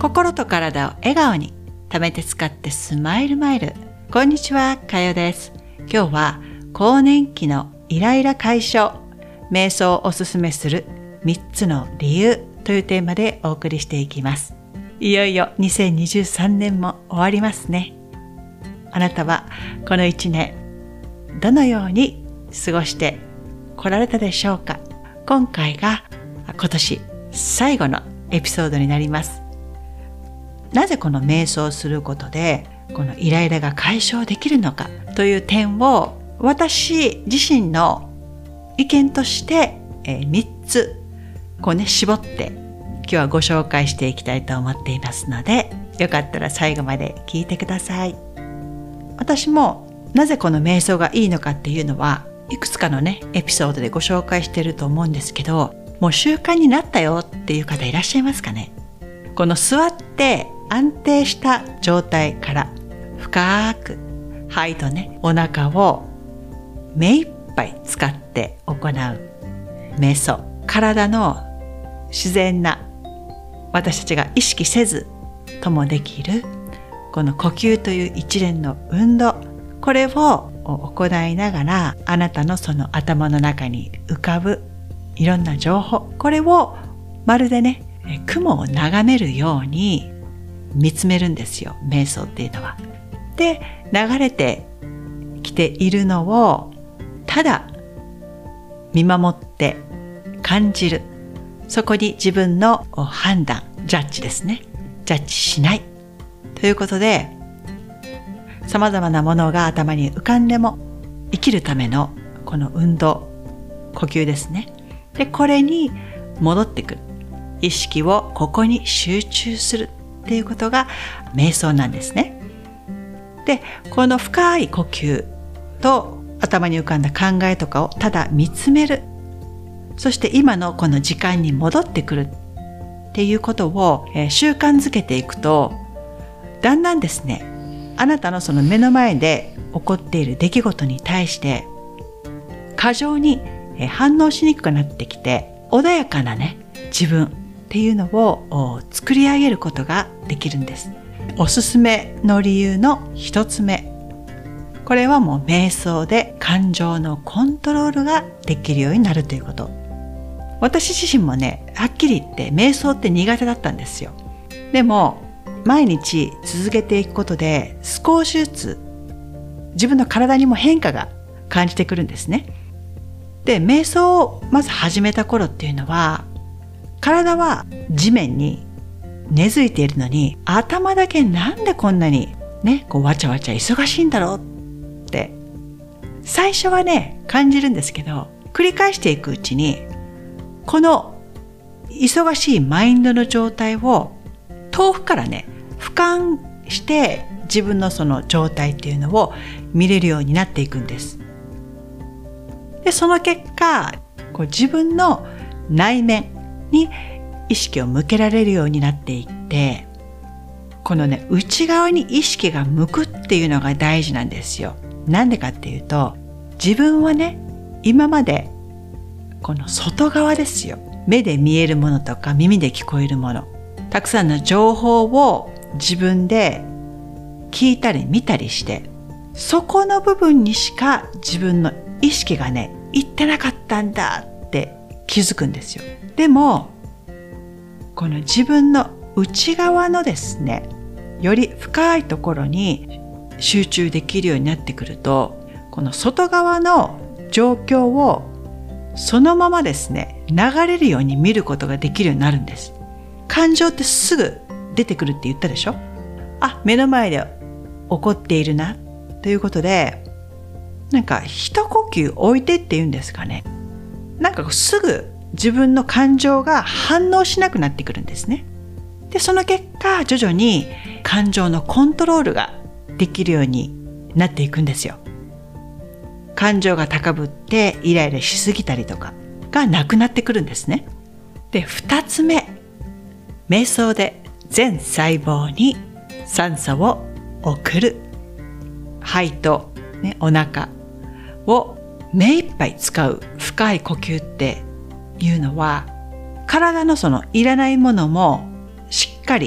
心と体を笑顔に、貯めて使ってスマイルマイル。こんにちは、かよです。今日は更年期のイライラ解消、瞑想をおすすめする3つの理由というテーマでお送りしていきます。いよいよ2023年も終わりますね。あなたはこの1年どのように過ごしてこられたでしょうか。今回が今年最後のエピソードになります。なぜこの瞑想をすることでこのイライラが解消できるのかという点を私自身の意見として3つ絞って今日はご紹介していきたいと思っていますので、よかったら最後まで聞いてください。私もなぜこの瞑想がいいのかっていうのはいくつかのエピソードでご紹介していると思うんですけど、もう習慣になったよっていう方いらっしゃいますかね。この座って安定した状態から深く肺とお腹を目いっぱい使って行う瞑想、体の自然な私たちが意識せずともできるこの呼吸という一連の運動、これを行いながらあなたのその頭の中に浮かぶいろんな情報、これをまるで雲を眺めるように見つめるんですよ、瞑想っていうのは。で、流れてきているのをただ見守って感じる。そこに自分の判断、ジャッジですね。ジャッジしない。ということで、様々なものが頭に浮かんでも生きるためのこの運動、呼吸ですね。で、これに戻ってくる。意識をここに集中するっていうことが瞑想なんですね。で、この深い呼吸と頭に浮かんだ考えとかをただ見つめる。そして今のこの時間に戻ってくるっていうことを習慣づけていくと、だんだんですね、あなたのその目の前で起こっている出来事に対して過剰に反応しにくくなってきて、穏やかな自分っていうのを作り上げることができるんです。おすすめの理由の一つ目、これはもう瞑想で感情のコントロールができるようになるということ。私自身もはっきり言って瞑想って苦手だったんですよ。でも毎日続けていくことで少しずつ自分の体にも変化が感じてくるんですね。で、瞑想をまず始めた頃っていうのは、体は地面に根付いているのに、頭だけなんでこんなにわちゃわちゃ忙しいんだろうって最初は感じるんですけど、繰り返していくうちにこの忙しいマインドの状態を遠くから俯瞰して自分のその状態っていうのを見れるようになっていくんです。で、その結果自分の内面に意識を向けられるようになっていって、この内側に意識が向くっていうのが大事なんですよ。なんでかっていうと、自分は今までこの外側ですよ。目で見えるものとか耳で聞こえるもの、たくさんの情報を自分で聞いたり見たりして、そこの部分にしか自分の意識がいってなかったんだって気づくんですよ。でもこの自分の内側のですね、より深いところに集中できるようになってくると、この外側の状況をそのままですね、流れるように見ることができるようになるんです。感情ってすぐ出てくるって言ったでしょ。目の前で起こっているなということで、一呼吸置いてって言うんですかね。すぐ自分の感情が反応しなくなってくるんですね。で、その結果徐々に感情のコントロールができるようになっていくんですよ。感情が高ぶってイライラしすぎたりとかがなくなってくるんですね。で、二つ目、瞑想で全細胞に酸素を送る。肺と、お腹を目いっぱい使う深い呼吸っていうのは、体のそのいらないものもしっかり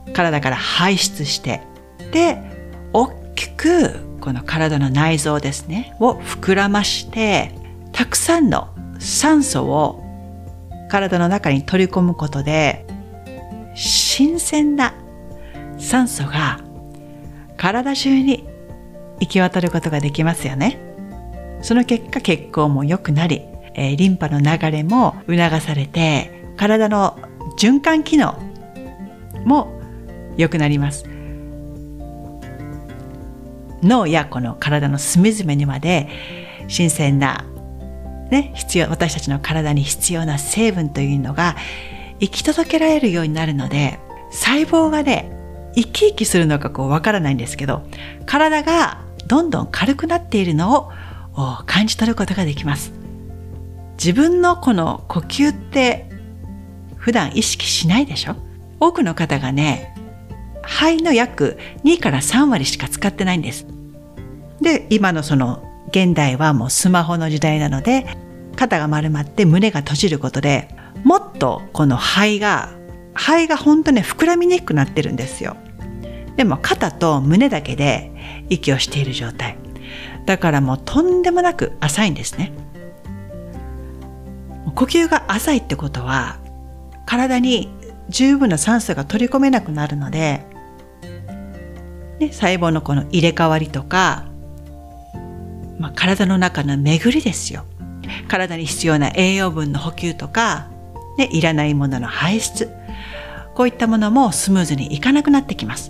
体から排出して、で、大きくこの体の内臓ですね、を膨らまして、たくさんの酸素を体の中に取り込むことで、新鮮な酸素が体中に行き渡ることができますよね。その結果、血行も良くなり、リンパの流れも促されて、体の循環機能も良くなります。脳やこの体の隅々にまで新鮮な、私たちの体に必要な成分というのが行き届けられるようになるので、細胞が生き生きするのかわからないんですけど、体がどんどん軽くなっているのを感じ取ることができます。自分のこの呼吸って普段意識しないでしょ？多くの方が肺の約2から3割しか使ってないんです。で、今の現代はもうスマホの時代なので、肩が丸まって胸が閉じることで、もっとこの肺が本当に膨らみにくくなってるんですよ。でも肩と胸だけで息をしている状態。だからもうとんでもなく浅いんですね。呼吸が浅いってことは、体に十分な酸素が取り込めなくなるので、細胞のこの入れ替わりとか、体の中の巡りですよ。体に必要な栄養分の補給とか、いらないものの排出、こういったものもスムーズにいかなくなってきます。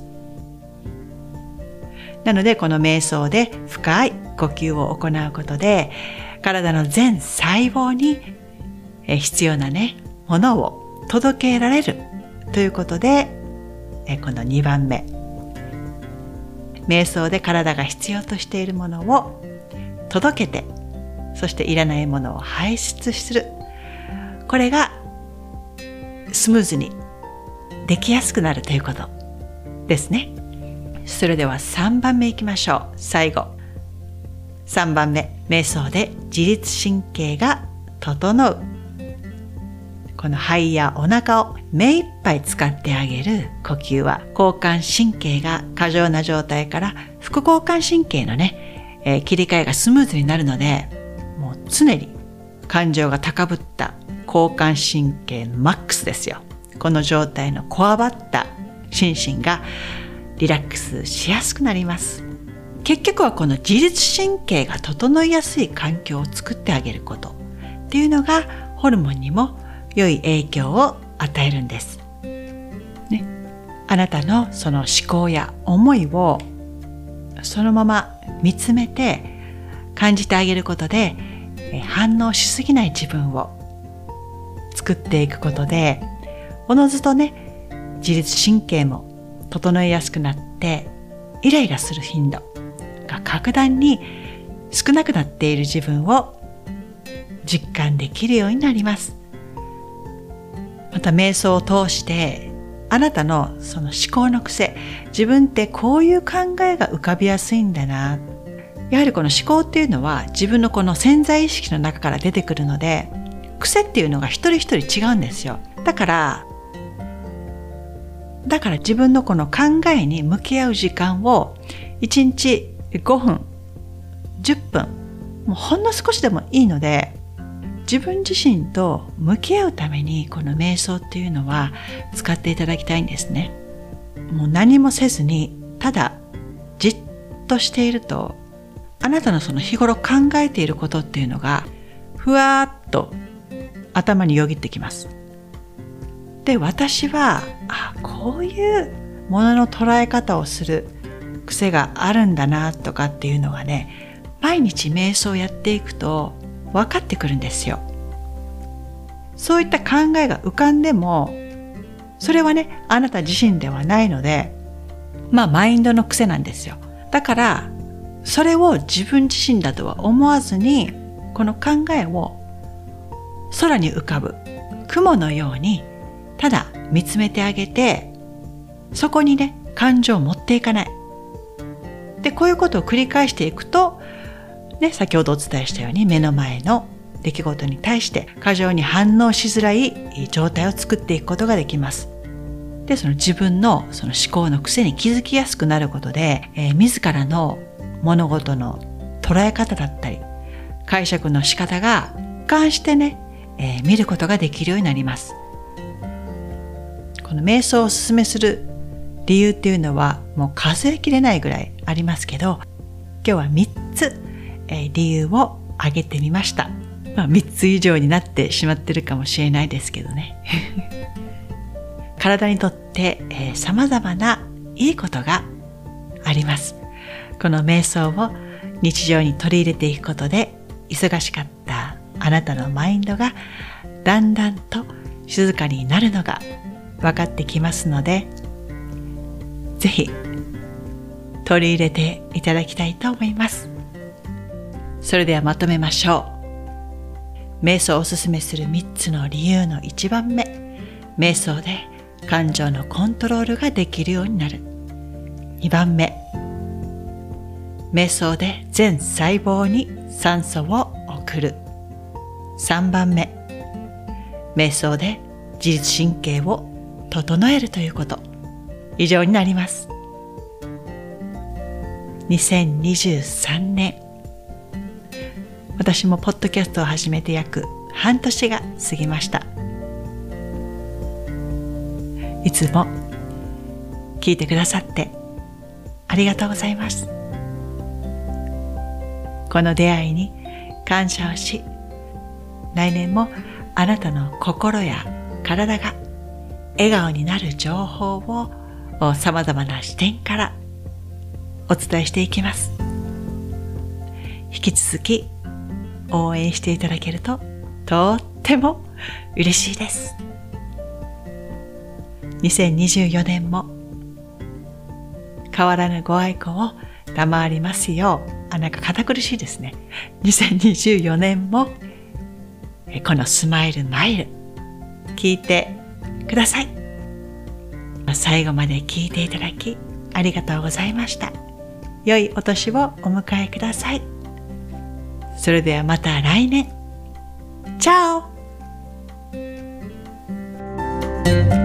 なのでこの瞑想で深い呼吸を行うことで、体の全細胞に必要なものを届けられるということで、この2番目、瞑想で体が必要としているものを届けて、そしていらないものを排出する。これがスムーズにできやすくなるということですね。それでは3番目いきましょう。最後。3番目、瞑想で自律神経が整う。この肺やお腹を目いっぱい使ってあげる呼吸は、交感神経が過剰な状態から副交感神経の切り替えがスムーズになるので、もう常に感情が高ぶった交感神経マックスですよ。この状態のこわばった心身がリラックスしやすくなります。結局はこの自律神経が整いやすい環境を作ってあげることっていうのが、ホルモンにも良い影響を与えるんです。あなたのその思考や思いをそのまま見つめて感じてあげることで、反応しすぎない自分を作っていくことで、おのずと自律神経も整えやすくなって、イライラする頻度が格段に少なくなっている自分を実感できるようになります。また瞑想を通して、あなたのその思考の癖、自分ってこういう考えが浮かびやすいんだな。やはりこの思考っていうのは自分のこの潜在意識の中から出てくるので、癖っていうのが一人一人違うんですよ。だから自分のこの考えに向き合う時間を1日5分、10分、もうほんの少しでもいいので、自分自身と向き合うためにこの瞑想っていうのは使っていただきたいんですね。もう何もせずにただじっとしていると、あなたのその日頃考えていることっていうのがふわーっと頭によぎってきます。で、私はこういうものの捉え方をする癖があるんだなとかっていうのが毎日瞑想をやっていくと分かってくるんですよ。そういった考えが浮かんでも、それはあなた自身ではないので、マインドの癖なんですよ。だからそれを自分自身だとは思わずに、この考えを空に浮かぶ雲のようにただ見つめてあげて、そこに感情を持っていかない。で、こういうことを繰り返していくと、先ほどお伝えしたように目の前の出来事に対して過剰に反応しづらい状態を作っていくことができます。 でその自分のその思考の癖に気づきやすくなることで、自らの物事の捉え方だったり解釈の仕方が一貫してね、見ることができるようになります。この瞑想をおすすめする理由っていうのはもう数えきれないぐらいありますけど、今日は3つ、理由を挙げてみました。3つ以上になってしまってるかもしれないですけどね体にとって、様々ないいことがあります。この瞑想を日常に取り入れていくことで、忙しかったあなたのマインドがだんだんと静かになるのが分かってきますので、ぜひ取り入れていただきたいと思います。それではまとめましょう。瞑想をおすすめする3つの理由の1番目、瞑想で感情のコントロールができるようになる。2番目、瞑想で全細胞に酸素を送る。3番目、瞑想で自律神経を整えるということ。以上になります。2023年、私もポッドキャストを始めて約半年が過ぎました。いつも聞いてくださってありがとうございます。この出会いに感謝をし、来年もあなたの心や体が笑顔になる情報を様々な視点からお伝えしていきます。引き続き応援していただけるととっても嬉しいです。2024年も変わらぬご愛顧を賜りますよう、なんか堅苦しいですね。2024年もこのスマイルマイル聞いてください。最後まで聞いていただきありがとうございました。良いお年をお迎えください。それではまた来年。チャオ。